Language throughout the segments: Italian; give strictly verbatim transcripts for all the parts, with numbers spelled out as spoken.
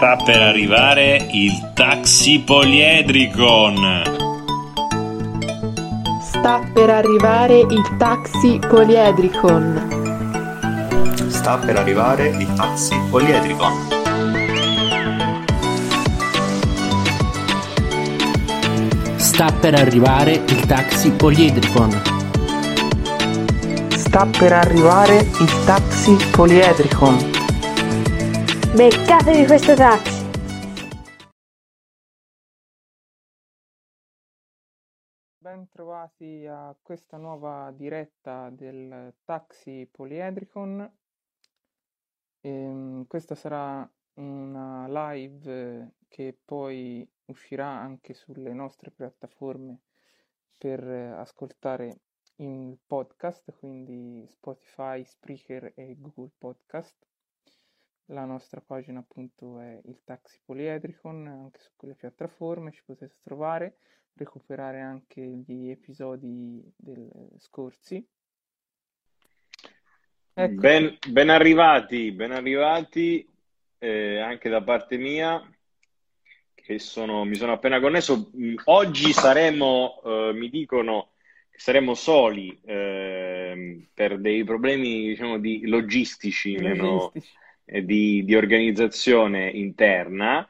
Sta per arrivare il taxi poliedricon. Sta per arrivare il taxi poliedricon. Sta per arrivare il taxi poliedricon. Sta per arrivare il taxi poliedricon. Sta per arrivare il taxi poliedricon. Beccatevi questo taxi! Ben trovati a questa nuova diretta del Taxi Poliedricon. Ehm, questa sarà una live che poi uscirà anche sulle nostre piattaforme per ascoltare in podcast, quindi Spotify, Spreaker e Google Podcast. La nostra pagina appunto è il Taxi Poliedricon, anche su quelle piattaforme ci potete trovare, recuperare anche gli episodi del scorsi. Ecco. Ben, ben arrivati, ben arrivati eh, anche da parte mia, che sono, mi sono appena connesso. Oggi saremo, eh, mi dicono, che saremo soli eh, per dei problemi, diciamo, di logistici, logistici. Meno, Di, di organizzazione interna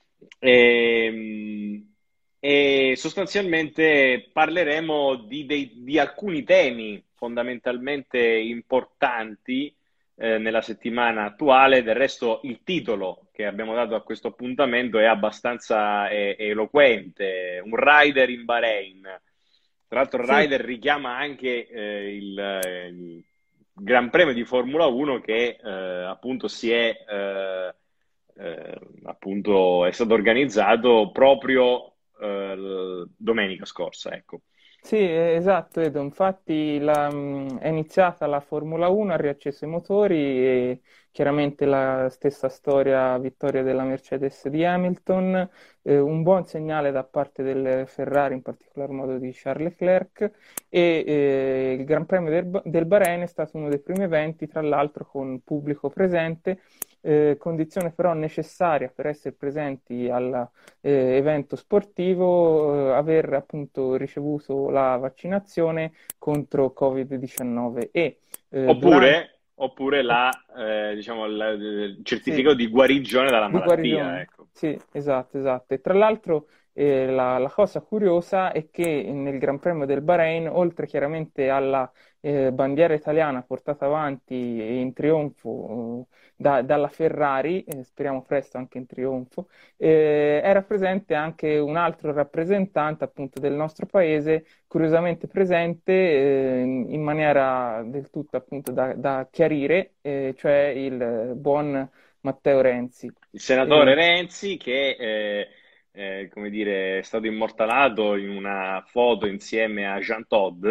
e, e sostanzialmente parleremo di, dei, di alcuni temi fondamentalmente importanti eh, nella settimana attuale. Del resto il titolo che abbiamo dato a questo appuntamento è abbastanza è, è eloquente: un rider in Bahrain. Tra l'altro il Sì. rider richiama anche eh, il, il Gran Premio di Formula uno che eh, appunto si è eh, eh, appunto è stato organizzato proprio eh, domenica scorsa, ecco. Sì, esatto, Edo. Infatti la, è iniziata la Formula uno, ha riacceso i motori e chiaramente la stessa storia, vittoria della Mercedes di Hamilton, eh, un buon segnale da parte del Ferrari, in particolar modo di Charles Leclerc, e eh, il Gran Premio del, del Bahrain è stato uno dei primi eventi, tra l'altro con pubblico presente, eh, condizione però necessaria per essere presenti all'evento eh, sportivo, eh, aver appunto ricevuto la vaccinazione contro covid diciannove e eh, oppure, durante... oppure la, eh, diciamo, la, il certificato sì, di guarigione dalla di malattia. Guarigione. Ecco. Sì, esatto, esatto. E tra l'altro eh, la, la cosa curiosa è che nel Gran Premio del Bahrain, oltre chiaramente alla eh, bandiera italiana portata avanti in trionfo eh, da, dalla Ferrari, eh, speriamo presto anche in trionfo, eh, era presente anche un altro rappresentante appunto del nostro paese, curiosamente presente eh, in maniera del tutto appunto da, da chiarire, eh, cioè il buon Matteo Renzi. Il senatore Eh, Renzi che eh, eh, come dire, è stato immortalato in una foto insieme a Jean Todt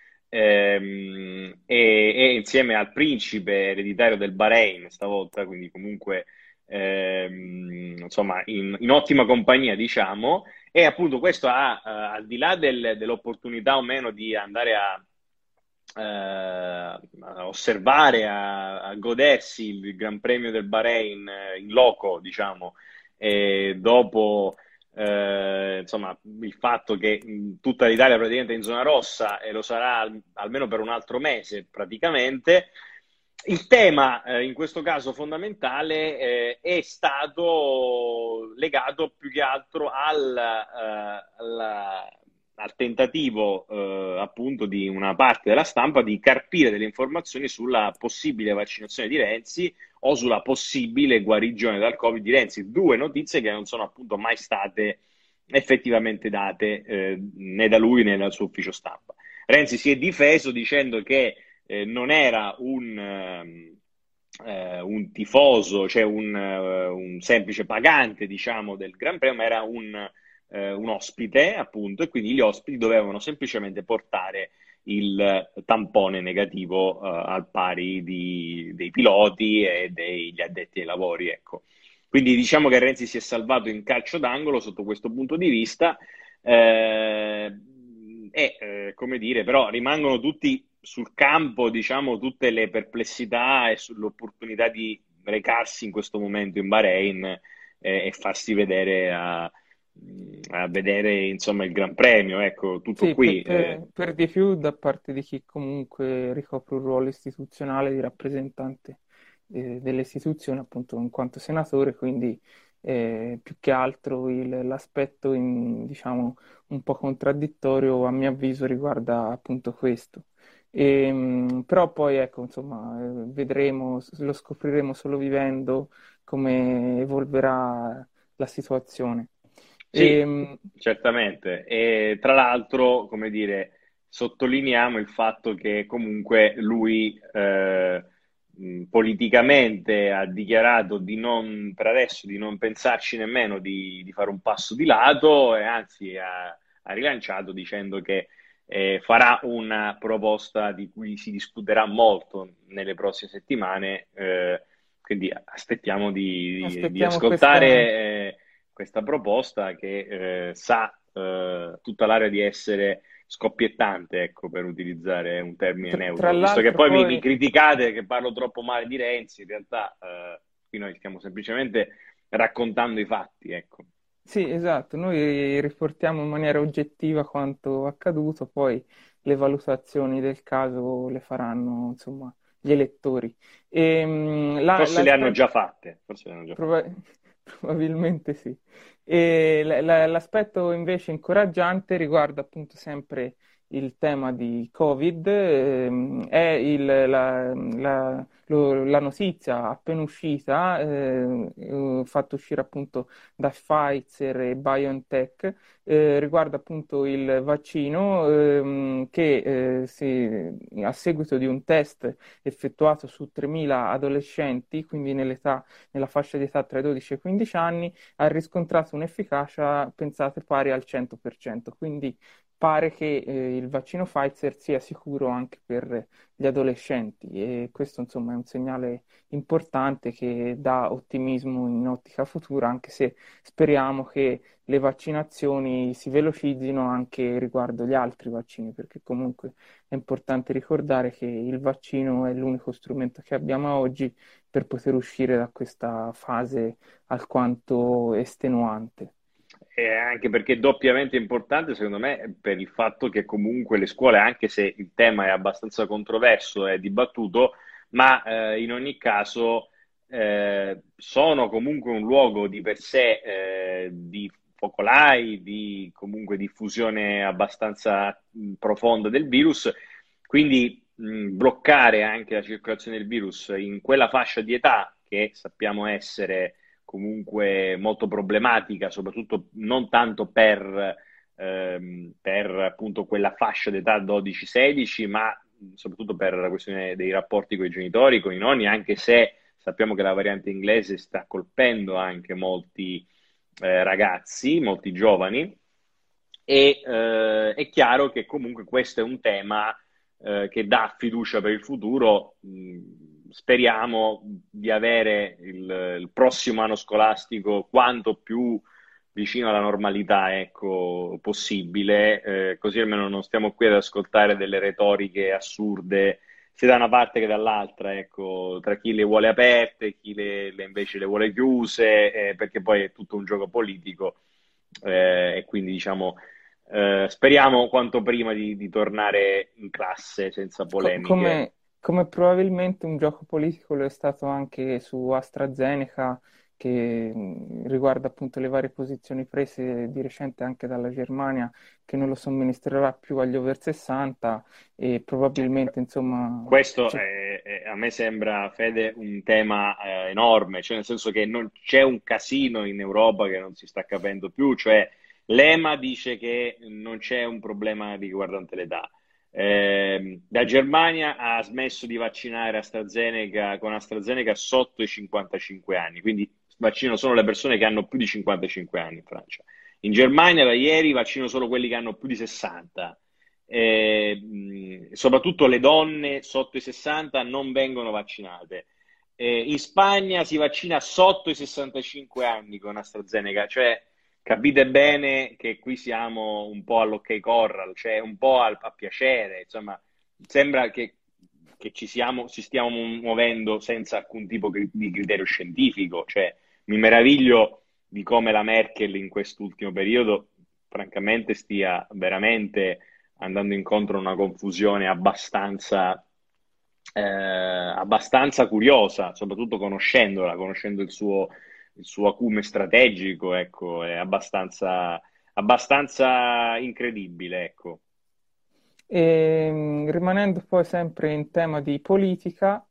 ehm, e, e insieme al principe ereditario del Bahrain stavolta, quindi comunque ehm, insomma in, in ottima compagnia, diciamo. E appunto questo ha, eh, al di là del, dell'opportunità o meno di andare a Uh, a osservare, a, a godersi il Gran Premio del Bahrain uh, in loco, diciamo, e dopo uh, insomma il fatto che mh, tutta l'Italia praticamente è in zona rossa e lo sarà al, almeno per un altro mese praticamente. Il tema eh, in questo caso fondamentale eh, è stato legato più che altro al, uh, alla al tentativo eh, appunto di una parte della stampa di carpire delle informazioni sulla possibile vaccinazione di Renzi o sulla possibile guarigione dal Covid di Renzi, due notizie che non sono appunto mai state effettivamente date eh, né da lui né dal suo ufficio stampa. Renzi si è difeso dicendo che eh, non era un, eh, un tifoso, cioè un, uh, un semplice pagante, diciamo, del Gran Premio, ma era un un ospite, appunto, e quindi gli ospiti dovevano semplicemente portare il tampone negativo uh, al pari di, dei piloti e degli addetti ai lavori, ecco. Quindi diciamo che Renzi si è salvato in calcio d'angolo sotto questo punto di vista eh, e, eh, come dire, però rimangono tutti sul campo, diciamo, tutte le perplessità e sull'opportunità di recarsi in questo momento in Bahrain e, e farsi vedere a, a vedere insomma il Gran Premio, ecco, tutto Sì, per, qui. eh. per- per di più da parte di chi comunque ricopre un ruolo istituzionale di rappresentante eh, delle istituzioni, appunto in quanto senatore, quindi eh, più che altro il- l'aspetto in- diciamo un po' contraddittorio a mio avviso riguarda appunto questo. Ehm, però poi ecco, insomma, eh, vedremo, lo scopriremo solo vivendo come evolverà la situazione. Sì, Ehm, certamente. E tra l'altro, come dire, sottolineiamo il fatto che comunque lui eh, mh, politicamente ha dichiarato di non, per adesso, di non pensarci nemmeno di, di fare un passo di lato e anzi ha, ha rilanciato dicendo che eh, farà una proposta di cui si discuterà molto nelle prossime settimane. eh, quindi aspettiamo di, di- di Aspettiamo ascoltare questa. eh, questa proposta che eh, sa eh, tutta l'area di essere scoppiettante, ecco, per utilizzare un termine Tra, tra neutro. Visto che l'altro poi mi, mi poi, criticate che parlo troppo male di Renzi, in realtà eh, qui noi stiamo semplicemente raccontando i fatti, ecco. sì, esatto, noi riportiamo in maniera oggettiva quanto accaduto, poi le valutazioni del caso le faranno, insomma, gli elettori. E, mh, la- Forse le hanno l'aspetto già fatte, forse le hanno già fatte. Proba- probabilmente sì. E l- l- l'aspetto invece incoraggiante riguarda appunto sempre il tema di Covid, ehm, è il- la, la- lo- la notizia appena uscita, eh, eh, fatta uscire appunto da Pfizer e BioNTech, eh, riguarda appunto il vaccino, ehm, che eh, si- a seguito di un test effettuato su tremila adolescenti, quindi nell'età nella fascia di età tra i dodici e i quindici anni, ha riscontrato un'efficacia, pensate, pari al cento per cento. Quindi pare che eh, il vaccino Pfizer sia sicuro anche per gli adolescenti e questo insomma è un segnale importante che dà ottimismo in ottica futura, anche se speriamo che le vaccinazioni si velocizzino anche riguardo gli altri vaccini, perché comunque è importante ricordare che il vaccino è l'unico strumento che abbiamo oggi per poter uscire da questa fase alquanto estenuante. E anche perché è doppiamente importante, secondo me, per il fatto che comunque le scuole, anche se il tema è abbastanza controverso e dibattuto, ma eh, in ogni caso eh, sono comunque un luogo di per sé eh, di focolai, di comunque diffusione abbastanza mh, profonda del virus, quindi mh, bloccare anche la circolazione del virus in quella fascia di età che sappiamo essere comunque molto problematica, soprattutto non tanto per, ehm, per appunto quella fascia d'età dodici sedici, ma soprattutto per la questione dei rapporti con i genitori, con i nonni, anche se sappiamo che la variante inglese sta colpendo anche molti eh, ragazzi, molti giovani, e eh, è chiaro che comunque questo è un tema eh, che dà fiducia per il futuro. Mh, speriamo di avere il, il prossimo anno scolastico quanto più vicino alla normalità, ecco, possibile, eh, così almeno non stiamo qui ad ascoltare delle retoriche assurde sia da una parte che dall'altra, ecco, tra chi le vuole aperte e chi le, le invece le vuole chiuse, eh, perché poi è tutto un gioco politico eh, e quindi diciamo eh, speriamo quanto prima di, di tornare in classe senza Co- polemiche. come, come probabilmente un gioco politico lo è stato anche su AstraZeneca, che mh, riguarda appunto le varie posizioni prese di recente anche dalla Germania, che non lo somministrerà più agli over sessanta e probabilmente insomma Questo c'è. è- è- a me sembra, Fede, un tema eh, enorme, cioè nel senso che non, c'è un casino in Europa che non si sta capendo più, cioè l'E M A dice che non c'è un problema riguardante l'età. Eh, la Germania ha smesso di vaccinare AstraZeneca con AstraZeneca sotto i cinquantacinque anni, quindi vaccinano solo le persone che hanno più di cinquantacinque anni in Francia. In Germania da ieri vaccinano solo quelli che hanno più di sessanta. Eh, mh, soprattutto le donne sotto i sessanta non vengono vaccinate. Eh, in Spagna si vaccina sotto i sessantacinque anni con AstraZeneca, cioè capite bene che qui siamo un po' all'ok corral, cioè un po' al, a piacere, insomma, sembra che, che ci siamo, ci stiamo muovendo senza alcun tipo di criterio scientifico, cioè mi meraviglio di come la Merkel in quest'ultimo periodo, francamente, stia veramente andando incontro a una confusione abbastanza, eh, abbastanza curiosa, soprattutto conoscendola, conoscendo il suo, il suo acume strategico, ecco, è abbastanza, abbastanza incredibile, ecco. E, mh, rimanendo poi sempre in tema di politica,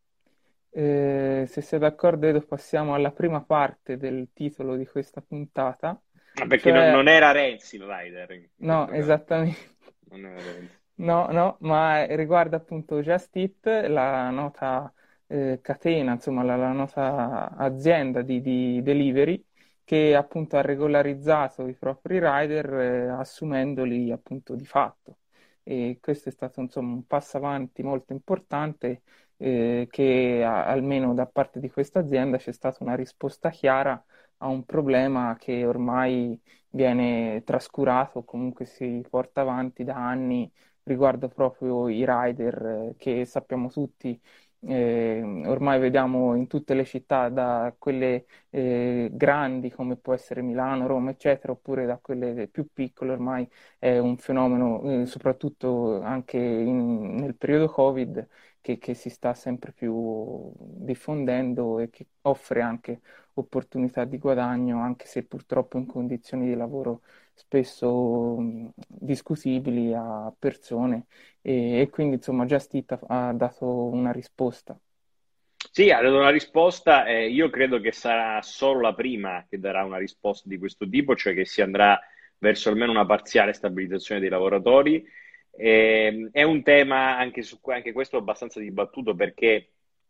eh, se sei d'accordo, Edo, passiamo alla prima parte del titolo di questa puntata, Ma perché non, cioè, non era Renzi il rider in, in no, questo caso, esattamente, non era Renzi. no, no, ma riguarda appunto Just Eat, la nota eh, catena, insomma, la, la nota azienda di, di delivery che appunto ha regolarizzato i propri rider eh, assumendoli appunto di fatto. E questo è stato insomma un passo avanti molto importante eh, che a- almeno da parte di questa azienda c'è stata una risposta chiara a un problema che ormai viene trascurato o comunque si porta avanti da anni riguardo proprio i rider eh, che sappiamo tutti, eh, ormai vediamo in tutte le città, da quelle eh, grandi come può essere Milano, Roma, eccetera, oppure da quelle più piccole, ormai è un fenomeno, eh, soprattutto anche in- nel periodo Covid, che, che si sta sempre più diffondendo e che offre anche opportunità di guadagno, anche se purtroppo in condizioni di lavoro spesso mh, discutibili a persone e, e quindi insomma Just Eat ha, ha dato una risposta. Sì, ha dato una risposta, eh, io credo che sarà solo la prima che darà una risposta di questo tipo, cioè che si andrà verso almeno una parziale stabilizzazione dei lavoratori. Eh, è un tema anche, su, anche questo abbastanza dibattuto perché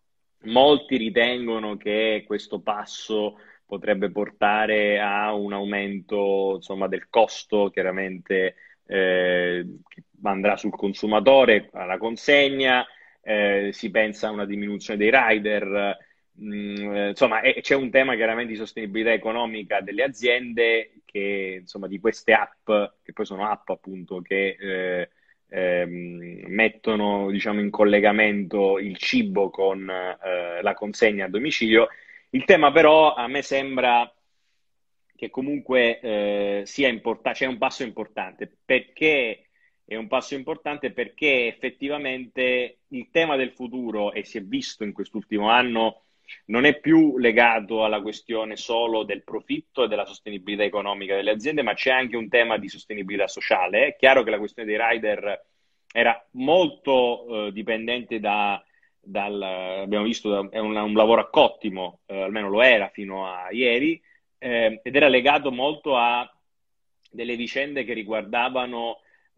molti ritengono che questo passo potrebbe portare a un aumento, insomma, del costo, chiaramente eh, che andrà sul consumatore, alla consegna, eh, si pensa a una diminuzione dei rider, mh, eh, insomma, e- c'è un tema chiaramente di sostenibilità economica delle aziende che, insomma, di queste app, che poi sono app appunto che eh, ehm, mettono, diciamo, in collegamento il cibo con eh, la consegna a domicilio. Il tema però a me sembra che comunque eh, sia importante, c'è un passo importante. Perché è un passo importante? Perché effettivamente il tema del futuro, e si è visto in quest'ultimo anno, non è più legato alla questione solo del profitto e della sostenibilità economica delle aziende, ma c'è anche un tema di sostenibilità sociale. È chiaro che la questione dei rider era molto eh, dipendente da, dal, abbiamo visto, da- è un, un lavoro a cottimo, eh, almeno lo era fino a ieri, eh, ed era legato molto a delle vicende che riguardavano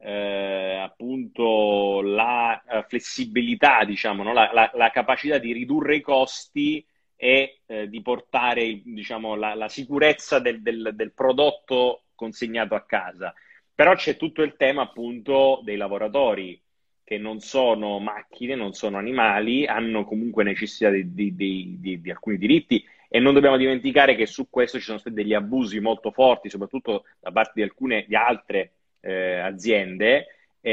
eh, appunto la eh, flessibilità, diciamo, no? La, la- la capacità di ridurre i costi e eh, di portare, il- diciamo, la, la sicurezza del, del- del prodotto consegnato a casa. Però c'è tutto il tema appunto dei lavoratori che non sono macchine, non sono animali, hanno comunque necessità di, di- di- di- di alcuni diritti e non dobbiamo dimenticare che su questo ci sono stati degli abusi molto forti, soprattutto da parte di alcune di altre eh, aziende.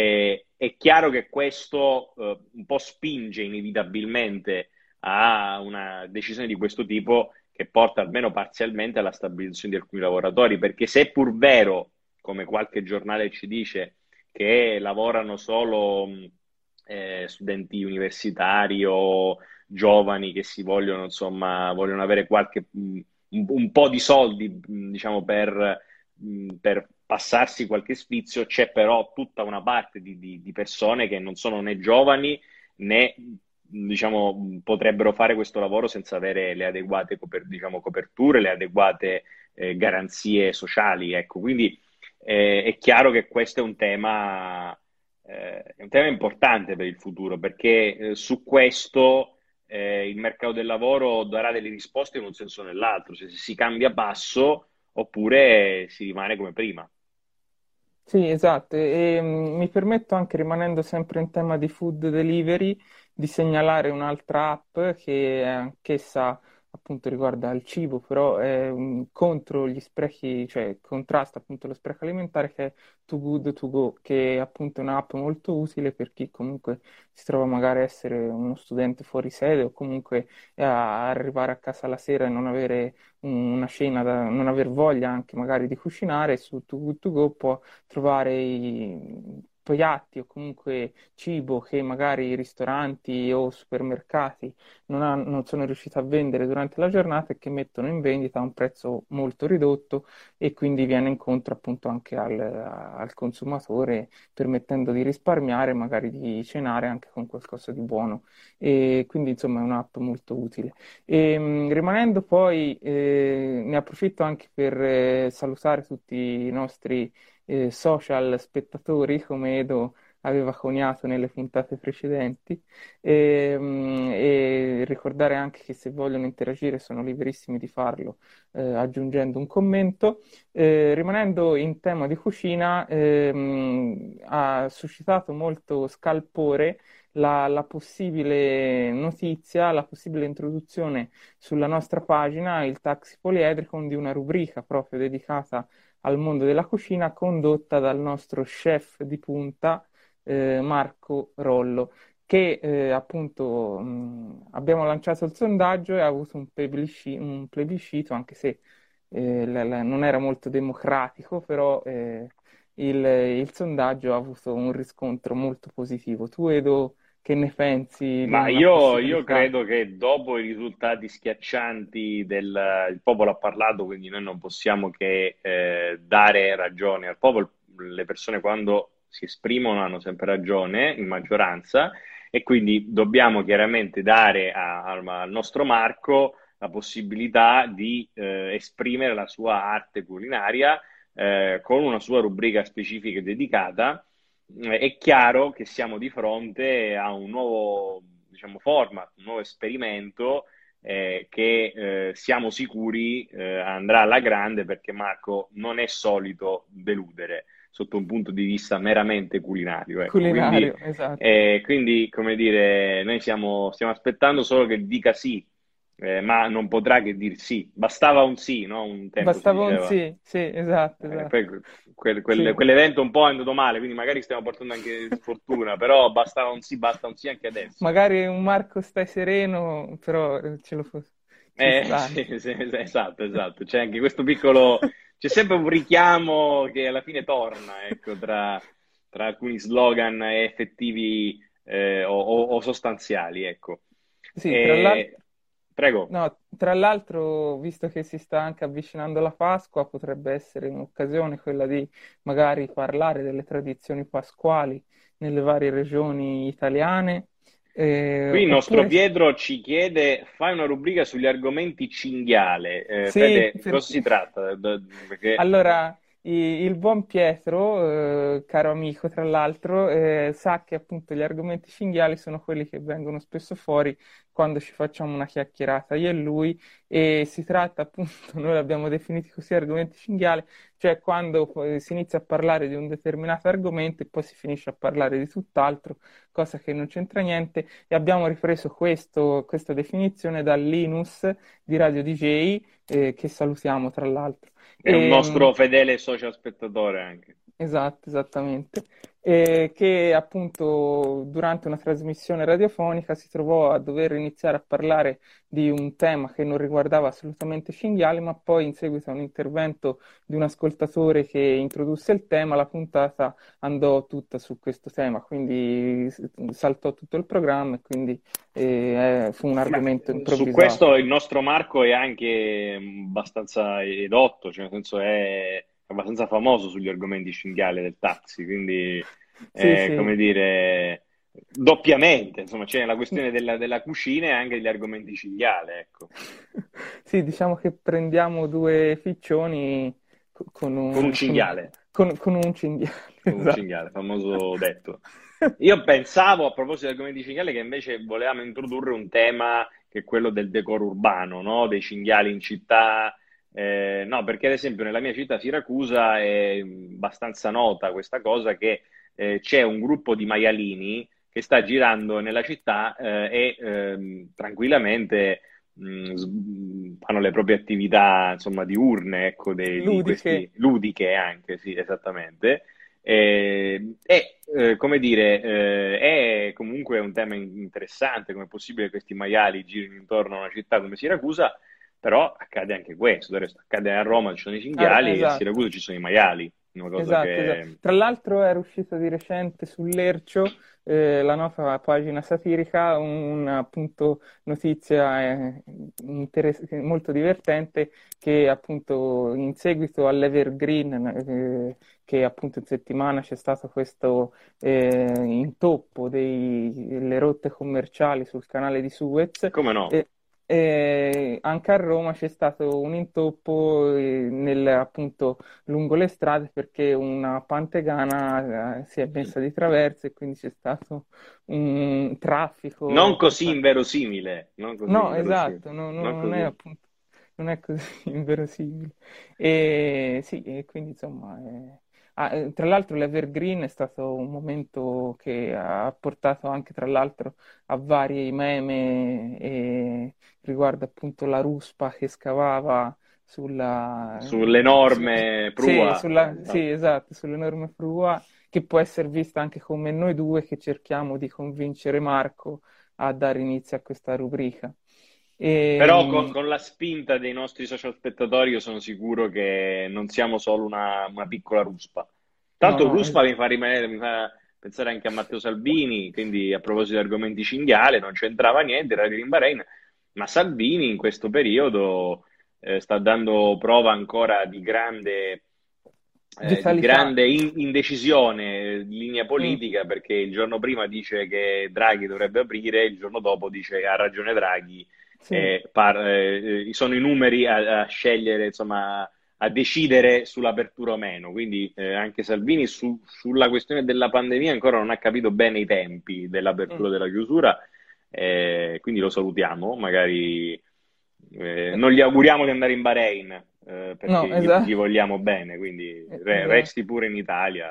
E è chiaro che questo eh, un po' spinge inevitabilmente a una decisione di questo tipo che porta almeno parzialmente alla stabilizzazione di alcuni lavoratori, perché se è pur vero, come qualche giornale ci dice, che lavorano solo mh, eh, studenti universitari o giovani che si vogliono, insomma, vogliono avere qualche, mh, un, un po' di soldi, mh, diciamo, per, mh, per passarsi qualche sfizio, c'è però tutta una parte di, di- di persone che non sono né giovani né, diciamo, potrebbero fare questo lavoro senza avere le adeguate coper- diciamo, coperture, le adeguate eh, garanzie sociali. Ecco, quindi eh, è chiaro che questo è un tema, eh, è un tema importante per il futuro, perché eh, su questo eh, il mercato del lavoro darà delle risposte in un senso o nell'altro, se si cambia passo oppure si rimane come prima. Sì, esatto, e mm, mi permetto anche, rimanendo sempre in tema di food delivery, di segnalare un'altra app che è anch'essa appunto riguarda il cibo, però è um, contro gli sprechi, cioè contrasta appunto lo spreco alimentare, che è Too Good To Go, che è appunto un'app molto utile per chi comunque si trova magari a essere uno studente fuori sede o comunque a arrivare a casa la sera e non avere un- una cena, da, non aver voglia anche magari di cucinare. Su Too Good To Go può trovare i piatti o comunque cibo che magari i ristoranti o supermercati non, han- non sono riusciti a vendere durante la giornata e che mettono in vendita a un prezzo molto ridotto, e quindi viene incontro appunto anche al, al consumatore, permettendo di risparmiare e magari di cenare anche con qualcosa di buono. E quindi insomma è un'app molto utile. E, mh, rimanendo poi, eh, ne approfitto anche per eh, salutare tutti i nostri eh, social spettatori, come Edo aveva coniato nelle puntate precedenti, e, mh, e ricordare anche che se vogliono interagire sono liberissimi di farlo eh, aggiungendo un commento. Eh, rimanendo in tema di cucina, ehm, ha suscitato molto scalpore la, la possibile notizia, la possibile introduzione sulla nostra pagina, il Taxi Poliedricon, di una rubrica proprio dedicata al mondo della cucina, condotta dal nostro chef di punta, eh, Marco Rollo, che eh, appunto mh, abbiamo lanciato il sondaggio e ha avuto un plebisci- un plebiscito, anche se eh, la- la- non era molto democratico, però eh, il, il sondaggio ha avuto un riscontro molto positivo. Tu, Edo, che ne pensi di Ma una io, io possibilità? credo che dopo i risultati schiaccianti del il popolo ha parlato, quindi noi non possiamo che eh, dare ragione al popolo. Le persone quando si esprimono hanno sempre ragione in maggioranza, e quindi dobbiamo chiaramente dare a- al al nostro Marco la possibilità di eh, esprimere la sua arte culinaria eh, con una sua rubrica specifica e dedicata. Eh, È chiaro che siamo di fronte a un nuovo, diciamo, format, un nuovo esperimento eh, che eh, siamo sicuri eh, andrà alla grande, perché Marco non è solito deludere sotto un punto di vista meramente culinario, ecco. Quindi, Culinario, esatto. eh, quindi, come dire, noi siamo, stiamo aspettando solo che dica sì, eh, ma non potrà che dir sì. Bastava un sì, no? Un tempo si Bastava un diceva. sì, sì, esatto, Eh, esatto. poi quel- quel- Sì. quell'evento un po' è andato male, quindi magari stiamo portando anche sfortuna, però bastava un sì, basta un sì anche adesso. Magari un Marco stai sereno, però eh, ce lo fa- ci Eh, sta. sì, sì, esatto, esatto. C'è anche questo piccolo, c'è sempre un richiamo che alla fine torna, ecco, tra, tra alcuni slogan effettivi eh, o, o- o sostanziali, ecco. Sì, tra Eh, l'altro, prego. no, tra l'altro, visto che si sta anche avvicinando la Pasqua, potrebbe essere un'occasione quella di magari parlare delle tradizioni pasquali nelle varie regioni italiane, eh, Qui il nostro oppure Pietro ci chiede, fai una rubrica sugli argomenti cinghiale. Eh, sì, Fede, di cosa perché si tratta? D- Perché allora, i- il buon Pietro, eh, caro amico, tra l'altro, eh, sa che appunto gli argomenti cinghiali sono quelli che vengono spesso fuori quando ci facciamo una chiacchierata io e lui, e si tratta appunto, noi l'abbiamo definiti così, argomenti cinghiali, cioè quando poi si inizia a parlare di un determinato argomento e poi si finisce a parlare di tutt'altro, cosa che non c'entra niente, e abbiamo ripreso questo- questa definizione da Linus di Radio D J, eh, che salutiamo tra l'altro. è un Ehm, nostro fedele socio spettatore anche. Esatto, esattamente. E che appunto durante una trasmissione radiofonica si trovò a dover iniziare a parlare di un tema che non riguardava assolutamente i cinghiali, ma poi in seguito a un intervento di un ascoltatore che introdusse il tema, la puntata andò tutta su questo tema, quindi s- saltò tutto il programma e quindi eh, fu un Ma argomento eh, su improvvisato. questo il nostro Marco è anche mh, abbastanza edotto, cioè nel senso è abbastanza famoso sugli argomenti cinghiali del taxi, quindi Sì, eh, come sì. dire, doppiamente, insomma, c'è la questione della, della cucina e anche degli argomenti cinghiali, ecco. Sì, diciamo che prendiamo due ficcioni co- con Con un un, con, cinghiale. con- con un cinghiale, Con un esatto. cinghiale, famoso detto. Io pensavo, a proposito di argomenti cinghiali, che invece volevamo introdurre un tema che è quello del decoro urbano, no? Dei cinghiali in città. Eh, no, perché ad esempio nella mia città, Siracusa, è mh, abbastanza nota questa cosa che eh, c'è un gruppo di maialini che sta girando nella città eh, e ehm, tranquillamente mh, s- fanno le proprie attività, insomma, diurne, ecco, dei- di ludiche. questi ludiche anche, sì, esattamente. E, e, eh, come dire, eh, è comunque un tema in- interessante, come è possibile che questi maiali girino intorno a una città come Siracusa, però accade anche questo, del resto accade a Roma ci sono i Ah, cinghiali e a esatto. Siracusa ci sono i maiali, una cosa Esatto, esatto. che... Tra l'altro era uscito di recente sull'Ercio, eh, la nota pagina satirica, una appunto notizia eh, interess- molto divertente che appunto in seguito all'Evergreen, eh, che appunto in settimana c'è stato questo eh, intoppo dei- delle rotte commerciali sul canale di Suez, Come no? e e anche a Roma c'è stato un intoppo eh, nel, appunto lungo le strade perché una pantegana eh, si è messa di traverso e quindi c'è stato un Non traffico per così fare... inverosimile, non così No, inverosimile, esatto, no- no- non non è così. appunto, non è così inverosimile. E sì, e quindi insomma... eh, ah, eh, tra l'altro l'Evergreen è stato un momento che ha portato anche tra l'altro a vari meme e riguardo appunto la ruspa che scavava sulla, su- Sull'enorme sì, prua, sulla, sì, esatto. esatto, sull'enorme prua che può essere vista anche come noi due che cerchiamo di convincere Marco a dare inizio a questa rubrica. Però con, E, con la spinta dei nostri social spettatori io sono sicuro che non siamo solo una, una piccola ruspa. no, Tanto no, ruspa mi esatto. fa rimanere, mi fa pensare anche a Matteo Salvini, quindi a proposito di argomenti cinghiali, non c'entrava niente, era in Bahrain, ma Salvini in questo periodo eh, sta dando prova ancora di grande, eh, di Vitalità. grande in- indecisione di linea Mm, politica, perché il giorno prima dice che Draghi dovrebbe aprire, il giorno dopo dice che ha ragione Draghi, sì. eh, par- eh, sono i numeri a, a scegliere, insomma, a decidere sull'apertura o meno. Quindi eh, anche Salvini su- sulla questione della pandemia ancora non ha capito bene i tempi Mm. dell'apertura e della chiusura, eh, quindi lo salutiamo, magari eh, Eh, non gli auguriamo di andare in Bahrain, eh, perché no, gli, gli esatto. vogliamo bene, quindi re- Esatto. resti pure in Italia,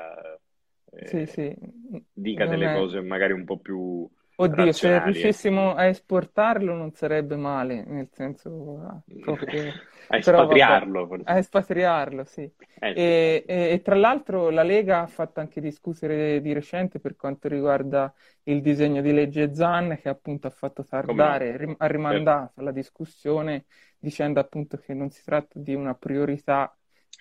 Sì, eh, sì. dica Non delle è... cose magari un po' più Oddio, se razionali, ecco. riuscissimo a esportarlo non sarebbe male, nel senso ah, proprio, A però vabbè, espatriarlo, a forse. espatriarlo, sì. Eh sì. E, e- e tra l'altro la Lega ha fatto anche discutere di recente per quanto riguarda il disegno di legge Zan, che appunto ha fatto Come no? tardare, rim- ha Certo. rimandato la discussione dicendo appunto che non si tratta di una priorità.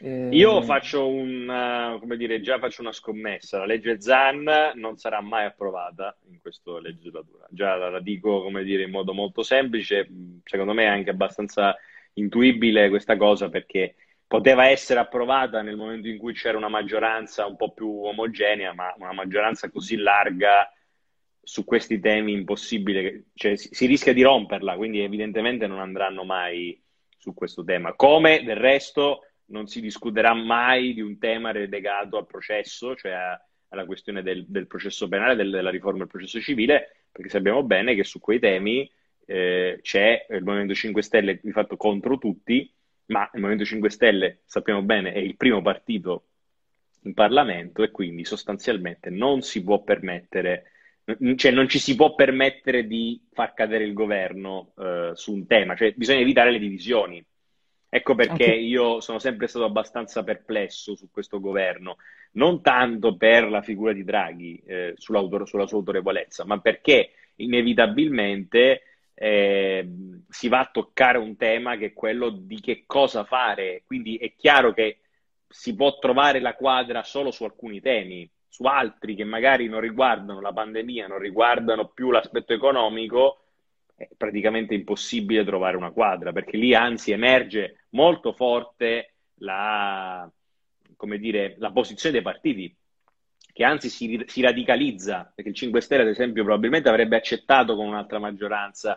Io eh, faccio un, eh, come dire, già faccio una scommessa. La legge Zan non sarà mai approvata in questa legislatura. Già la, la dico, come dire, in modo molto semplice. Secondo me è anche abbastanza intuibile questa cosa perché poteva essere approvata nel momento in cui c'era una maggioranza un po' più omogenea, ma una maggioranza così larga su questi temi impossibile, cioè si, si rischia di romperla, quindi evidentemente non andranno mai su questo tema. Come del resto non si discuterà mai di un tema legato al processo, cioè a- alla questione del, del processo penale, del- della riforma del processo civile, perché sappiamo bene che su quei temi eh, c'è il Movimento cinque Stelle di fatto contro tutti, ma il Movimento cinque Stelle, sappiamo bene, è il primo partito in Parlamento e quindi sostanzialmente non si può permettere, cioè non ci si può permettere di far cadere il governo eh, su un tema, cioè bisogna evitare le divisioni. Ecco perché anche io sono sempre stato abbastanza perplesso su questo governo, non tanto per la figura di Draghi eh, sull'autor- sulla sua autorevolezza, ma perché inevitabilmente eh, si va a toccare un tema che è quello di che cosa fare. Quindi è chiaro che si può trovare la quadra solo su alcuni temi, su altri che magari non riguardano la pandemia, non riguardano più l'aspetto economico, è praticamente impossibile trovare una quadra, perché lì anzi emerge molto forte la, come dire, la posizione dei partiti, che anzi si, si radicalizza, perché il cinque Stelle, ad esempio, probabilmente avrebbe accettato con un'altra maggioranza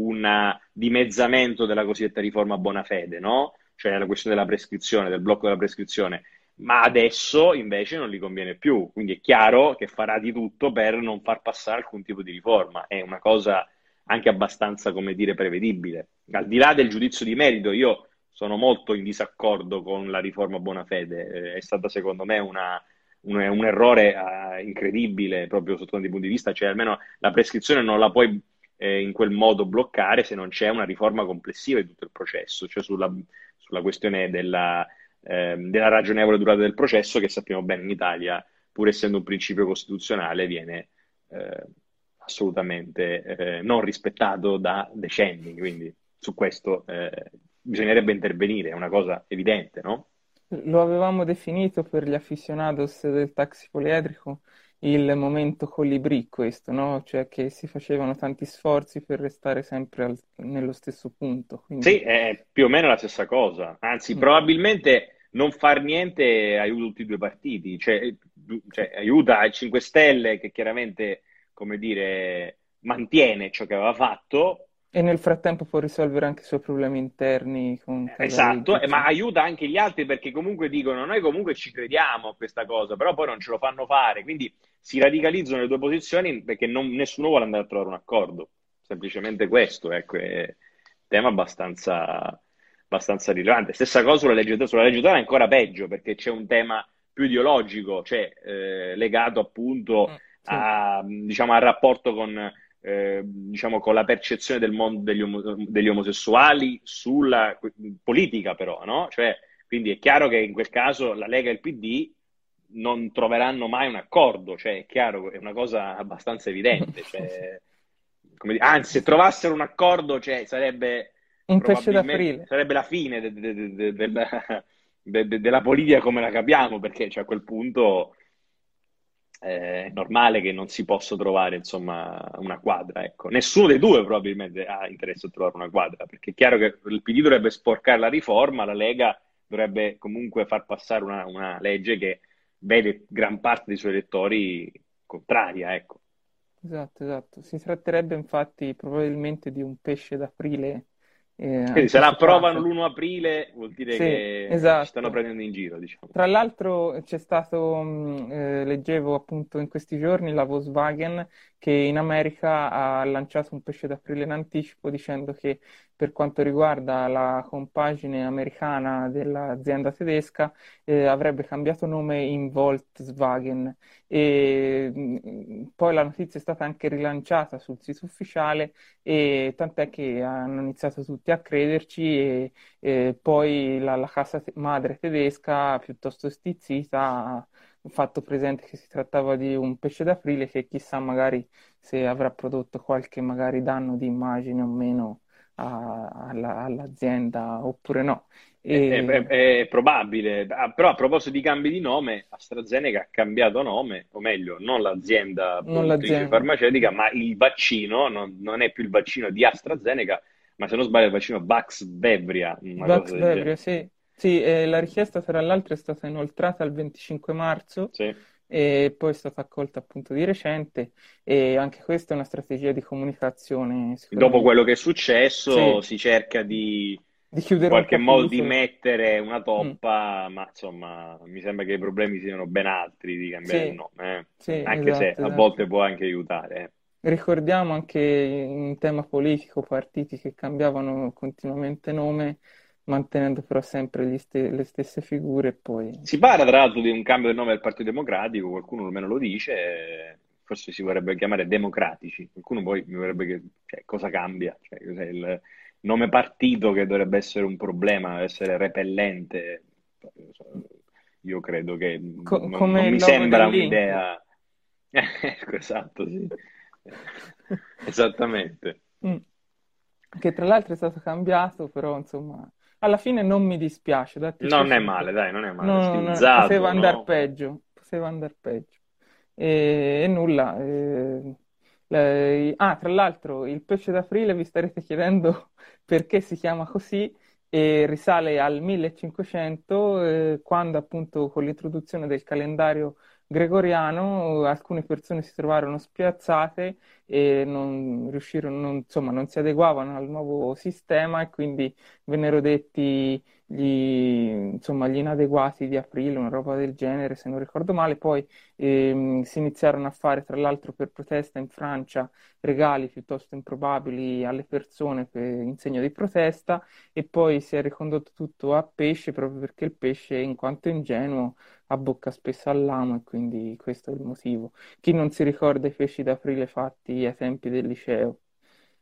un dimezzamento della cosiddetta riforma Bonafede, no? Cioè la questione della prescrizione, del blocco della prescrizione, ma adesso invece non gli conviene più, quindi è chiaro che farà di tutto per non far passare alcun tipo di riforma, è una cosa anche abbastanza, come dire, prevedibile. Al di là del giudizio di merito, io sono molto in disaccordo con la riforma Bonafede, eh, è stata secondo me una, un, un errore uh, incredibile proprio sotto tanti punti di vista, cioè almeno la prescrizione non la puoi eh, in quel modo bloccare se non c'è una riforma complessiva di tutto il processo, cioè sulla, sulla questione della, ehm, della ragionevole durata del processo, che sappiamo bene in Italia, pur essendo un principio costituzionale, viene eh, assolutamente eh, non rispettato da decenni, quindi su questo eh, bisognerebbe intervenire, è una cosa evidente, no? Lo avevamo definito per gli aficionados del taxi poliedrico il momento colibrì questo, no? Cioè che si facevano tanti sforzi per restare sempre al- nello stesso punto. Sì, Quindi, è più o meno la stessa cosa, anzi, mm, probabilmente non far niente aiuta tutti e due i partiti, cioè, cioè, aiuta i cinque Stelle che chiaramente, come dire, mantiene ciò che aveva fatto. e nel frattempo può risolvere anche i suoi problemi interni con Casaleggio, Esatto, eh, ma eccetera. aiuta anche gli altri perché comunque dicono noi comunque ci crediamo a questa cosa, però poi non ce lo fanno fare, quindi si radicalizzano le due posizioni perché non- nessuno vuole andare a trovare un accordo, semplicemente questo, ecco, è un tema abbastanza, abbastanza rilevante. Stessa cosa sulla legge, sulla legge elettorale è ancora peggio perché c'è un tema più ideologico, cioè eh, legato appunto Mm, sì. a, diciamo, al rapporto con eh, diciamo, con la percezione del mondo degli, omo- degli omosessuali sulla politica, però, no? Cioè, quindi è chiaro che in quel caso la Lega e il P D non troveranno mai un accordo, cioè è chiaro, è una cosa abbastanza evidente. Cioè, come dire, anzi, se trovassero un accordo, cioè, sarebbe Un pesce probabilmente d'aprile. sarebbe la fine de- de- de- de- della, de- de- della politica come la capiamo, perché cioè, a quel punto eh, è normale che non si possa trovare, insomma, una quadra, ecco. Nessuno dei due probabilmente ha interesse a trovare una quadra, perché è chiaro che il P D dovrebbe sporcare la riforma, la Lega dovrebbe comunque far passare una, una legge che vede gran parte dei suoi elettori contraria, ecco. Esatto, esatto. Si tratterebbe infatti probabilmente di un pesce d'aprile eh, Quindi se la approvano anticipato. l'primo aprile vuol dire Sì, che ci stanno esatto. prendendo in giro, diciamo. Tra l'altro c'è stato, mh, eh, leggevo appunto in questi giorni la Volkswagen che in America ha lanciato un pesce d'aprile in anticipo dicendo che per quanto riguarda la compagine americana dell'azienda tedesca eh, avrebbe cambiato nome in Volkswagen e mh, poi la notizia è stata anche rilanciata sul sito ufficiale e tant'è che hanno iniziato tutti a crederci e e poi la, la casa te- madre tedesca, piuttosto stizzita, ha fatto presente che si trattava di un pesce d'aprile che chissà magari se avrà prodotto qualche magari danno di immagine o meno a- alla- all'azienda oppure no. È, è- E è- è probabile. Ah, però a proposito di cambi di nome, AstraZeneca ha cambiato nome, o meglio, non l'azienda non produttrice l'azienda. farmaceutica, ma il vaccino, non, non è più il vaccino di AstraZeneca, ma se non sbaglio è il vaccino Vaxzevria, una cosa Vax del Bevria, genere. sì. Sì, e la richiesta tra l'altro è stata inoltrata il venticinque marzo Sì. e poi è stata accolta appunto di recente e anche questa è una strategia di comunicazione Dopo quello che sicuramente. è successo, Sì, si cerca di di in chiudere un qualche modo di capitolo. mettere una Mm, toppa, ma insomma, mi sembra che i problemi siano ben altri di cambiare il sì, nome, sì, eh. Anche se esatto, a esatto. volte può anche aiutare, eh. Ricordiamo anche in tema politico partiti che cambiavano continuamente nome, mantenendo però sempre gli ste- le stesse figure e poi, Si insomma, parla tra l'altro di un cambio del nome del Partito Democratico, qualcuno almeno lo dice, eh, forse si vorrebbe chiamare democratici, qualcuno poi mi vorrebbe che, cioè, cosa cambia? Cioè, cos'è il nome partito che dovrebbe essere un problema, essere repellente? Io credo che co- non, non come mi il logo sembra dell'Inter. un'idea. Ecco, esatto, sì. Esattamente. Mm. Che tra l'altro è stato cambiato, però insomma, alla fine non mi dispiace, detto Non è questo, male, perché dai, non è male. no- no- poteva Stilizzato, andare no? peggio, poteva andare peggio. E, e nulla. eh, le- ah, tra l'altro, il pesce d'aprile vi starete chiedendo perché si chiama così e risale al millecinquecento, eh, quando appunto con l'introduzione del calendario gregoriano alcune persone si trovarono spiazzate e non riuscirono, non- insomma, non si adeguavano al nuovo sistema e quindi vennero detti gli, insomma, gli inadeguati di aprile, una roba del genere, se non ricordo male. Poi ehm, si iniziarono a fare, tra l'altro, per protesta in Francia regali piuttosto improbabili alle persone per- in segno di protesta e poi si è ricondotto tutto a pesce proprio perché il pesce, in quanto ingenuo, abbocca spesso all'amo e quindi questo è il motivo. Chi non si ricorda i pesci d'aprile fatti ai tempi del liceo?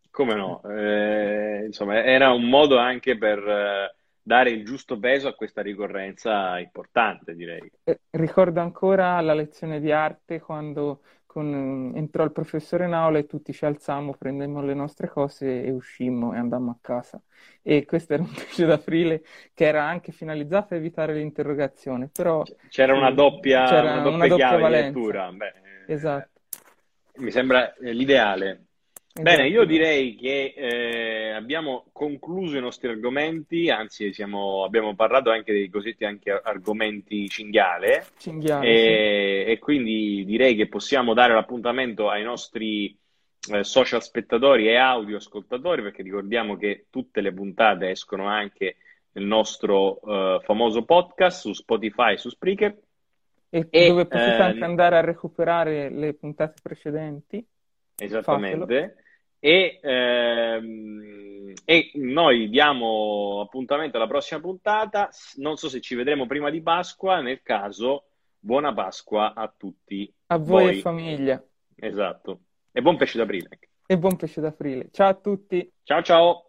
Come no? Eh, insomma, era un modo anche per eh, dare il giusto peso a questa ricorrenza importante, direi. Eh, Ricordo ancora la lezione di arte quando con- entrò il professore in aula e tutti ci alzammo, prendemmo le nostre cose e uscimmo e andammo a casa. E questo era un pesce d'aprile che era anche finalizzato a evitare l'interrogazione, però C- C'era una sì, doppia, una c'era una doppia doppia chiave di valenza. lettura. Beh, Esatto, eh, mi sembra eh, l'ideale. Bene, esatto, io esatto. direi che eh, abbiamo concluso i nostri argomenti, anzi siamo- abbiamo parlato anche dei cosiddetti anche argomenti cinghiale, Cinghiale, sì. e, e quindi direi che possiamo dare l'appuntamento ai nostri eh, social spettatori e audio ascoltatori, perché ricordiamo che tutte le puntate escono anche nel nostro eh, famoso podcast su Spotify e su Spreaker. E dove E, potete anche eh, andare a recuperare le puntate precedenti, fatelo. Esattamente. E, ehm, e noi diamo appuntamento alla prossima puntata. S- Non so se ci vedremo prima di Pasqua, nel caso, buona Pasqua a tutti A voi e voi. famiglia Esatto. E buon pesce d'aprile. e buon pesce d'aprile. Ciao a tutti! Ciao ciao!